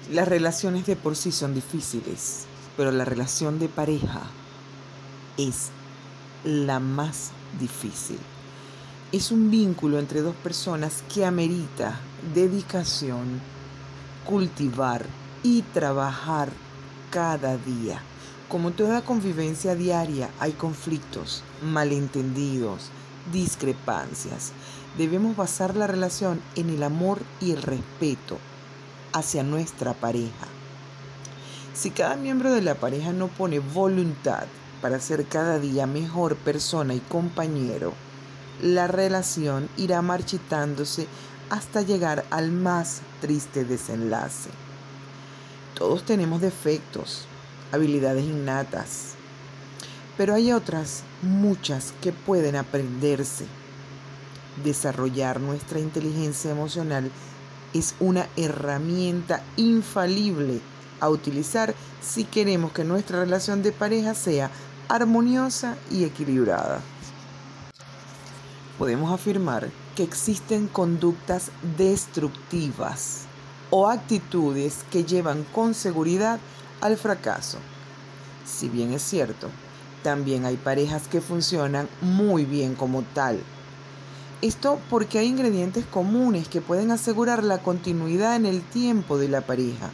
Las relaciones de por sí son difíciles, pero la relación de pareja es la más difícil. Es un vínculo entre dos personas que amerita dedicación, cultivar y trabajar cada día. Como toda convivencia diaria, hay conflictos, malentendidos, discrepancias. Debemos basar la relación en el amor y el respeto hacia nuestra pareja. Si cada miembro de la pareja no pone voluntad para ser cada día mejor persona y compañero, la relación irá marchitándose hasta llegar al más triste desenlace. Todos tenemos defectos, habilidades innatas, pero hay otras, muchas, que pueden aprenderse. Desarrollar nuestra inteligencia emocional es una herramienta infalible a utilizar si queremos que nuestra relación de pareja sea armoniosa y equilibrada. Podemos afirmar que existen conductas destructivas o actitudes que llevan con seguridad al fracaso. Si bien es cierto, también hay parejas que funcionan muy bien como tal. Esto porque hay ingredientes comunes que pueden asegurar la continuidad en el tiempo de la pareja.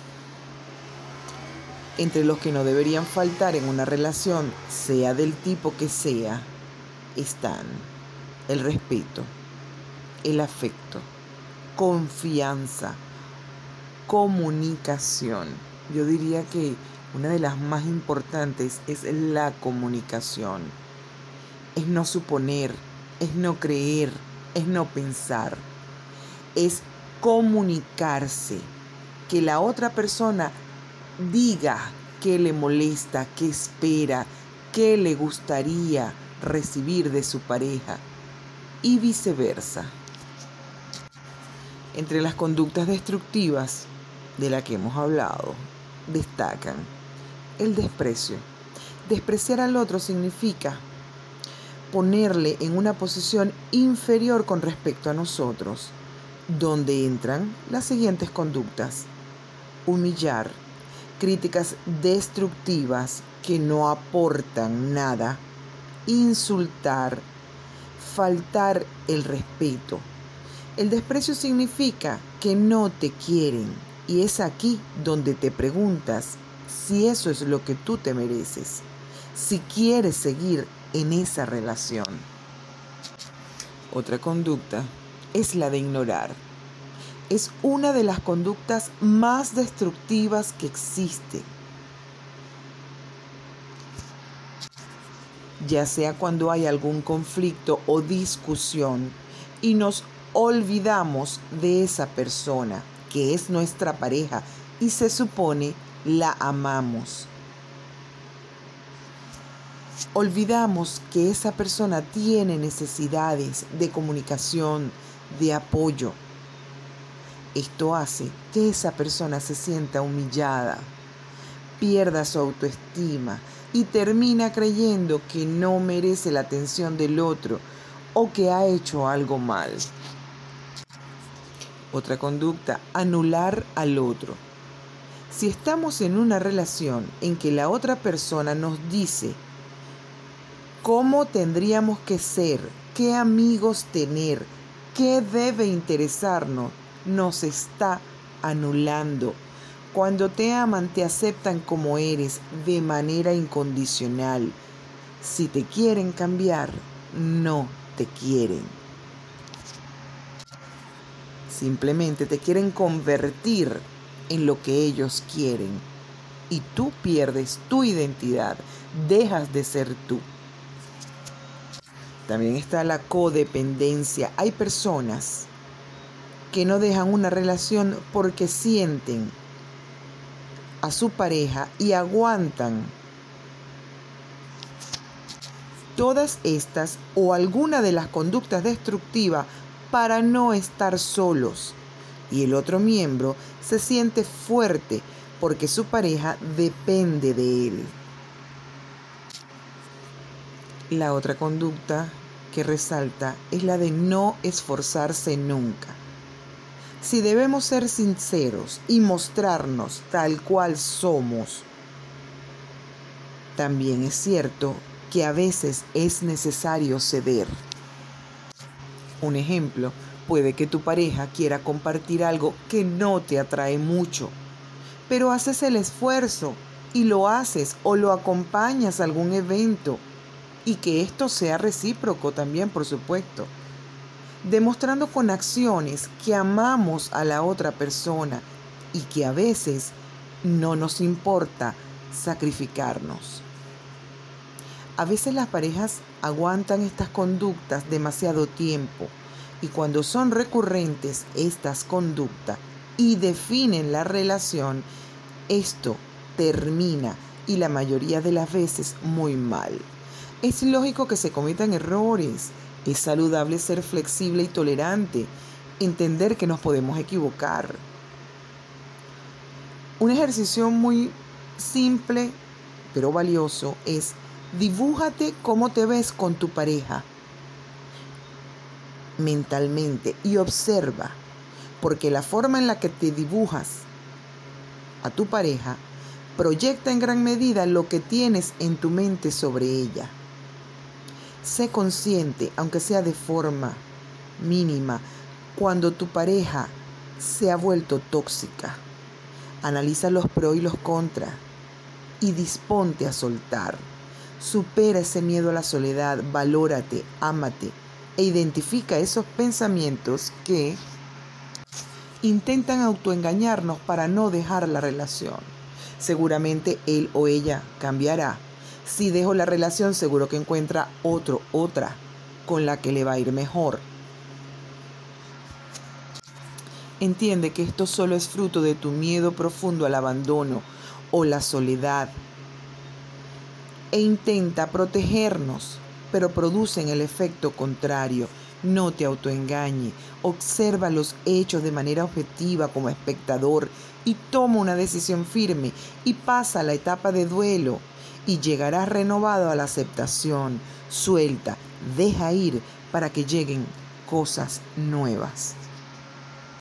Entre los que no deberían faltar en una relación, sea del tipo que sea, están el respeto, el afecto, confianza, comunicación. Yo diría que una de las más importantes es la comunicación. Es no suponer, es no creer, es no pensar. Es comunicarse, que la otra persona diga qué le molesta, qué espera, qué le gustaría recibir de su pareja y viceversa. Entre las conductas destructivas de las que hemos hablado, destacan el desprecio. Despreciar al otro significa ponerle en una posición inferior con respecto a nosotros, donde entran las siguientes conductas: humillar, críticas destructivas que no aportan nada, insultar, faltar el respeto. El desprecio significa que no te quieren, y es aquí donde te preguntas si eso es lo que tú te mereces, si quieres seguir en esa relación. Otra conducta es la de ignorar. Es una de las conductas más destructivas que existe. Ya sea cuando hay algún conflicto o discusión y nos olvidamos de esa persona que es nuestra pareja y se supone la amamos. Olvidamos que esa persona tiene necesidades de comunicación, de apoyo. Esto hace que esa persona se sienta humillada, pierda su autoestima y termina creyendo que no merece la atención del otro o que ha hecho algo mal. Otra conducta, anular al otro. Si estamos en una relación en que la otra persona nos dice cómo tendríamos que ser, qué amigos tener, qué debe interesarnos, nos está anulando. Cuando te aman, te aceptan como eres de manera incondicional. Si te quieren cambiar, no te quieren. Simplemente te quieren convertir en lo que ellos quieren. Y tú pierdes tu identidad, dejas de ser tú. También está la codependencia. Hay personas que no dejan una relación porque sienten a su pareja y aguantan todas estas o alguna de las conductas destructivas para no estar solos. Y el otro miembro se siente fuerte porque su pareja depende de él. La otra conducta que resalta es la de no esforzarse nunca. Si debemos ser sinceros y mostrarnos tal cual somos, también es cierto que a veces es necesario ceder. Un ejemplo, puede que tu pareja quiera compartir algo que no te atrae mucho, pero haces el esfuerzo y lo haces o lo acompañas a algún evento, y que esto sea recíproco también, por supuesto, demostrando con acciones que amamos a la otra persona y que a veces no nos importa sacrificarnos. A veces las parejas aguantan estas conductas demasiado tiempo, y cuando son recurrentes estas conductas y definen la relación, esto termina, y la mayoría de las veces muy mal. Es lógico que se cometan errores. Es saludable ser flexible y tolerante, entender que nos podemos equivocar. Un ejercicio muy simple pero valioso es: dibújate cómo te ves con tu pareja mentalmente y observa, porque la forma en la que te dibujas a tu pareja proyecta en gran medida lo que tienes en tu mente sobre ella. Sé consciente, aunque sea de forma mínima, cuando tu pareja se ha vuelto tóxica. Analiza los pros y los contras y disponte a soltar. Supera ese miedo a la soledad, valórate, ámate e identifica esos pensamientos que intentan autoengañarnos para no dejar la relación. Seguramente él o ella cambiará. Si dejo la relación, seguro que encuentra otra con la que le va a ir mejor. Entiende que esto solo es fruto de tu miedo profundo al abandono o la soledad, e intenta protegernos, pero producen el efecto contrario. No te autoengañe. Observa los hechos de manera objetiva como espectador y toma una decisión firme y pasa a la etapa de duelo, y llegarás renovado a la aceptación. Suelta, deja ir para que lleguen cosas nuevas.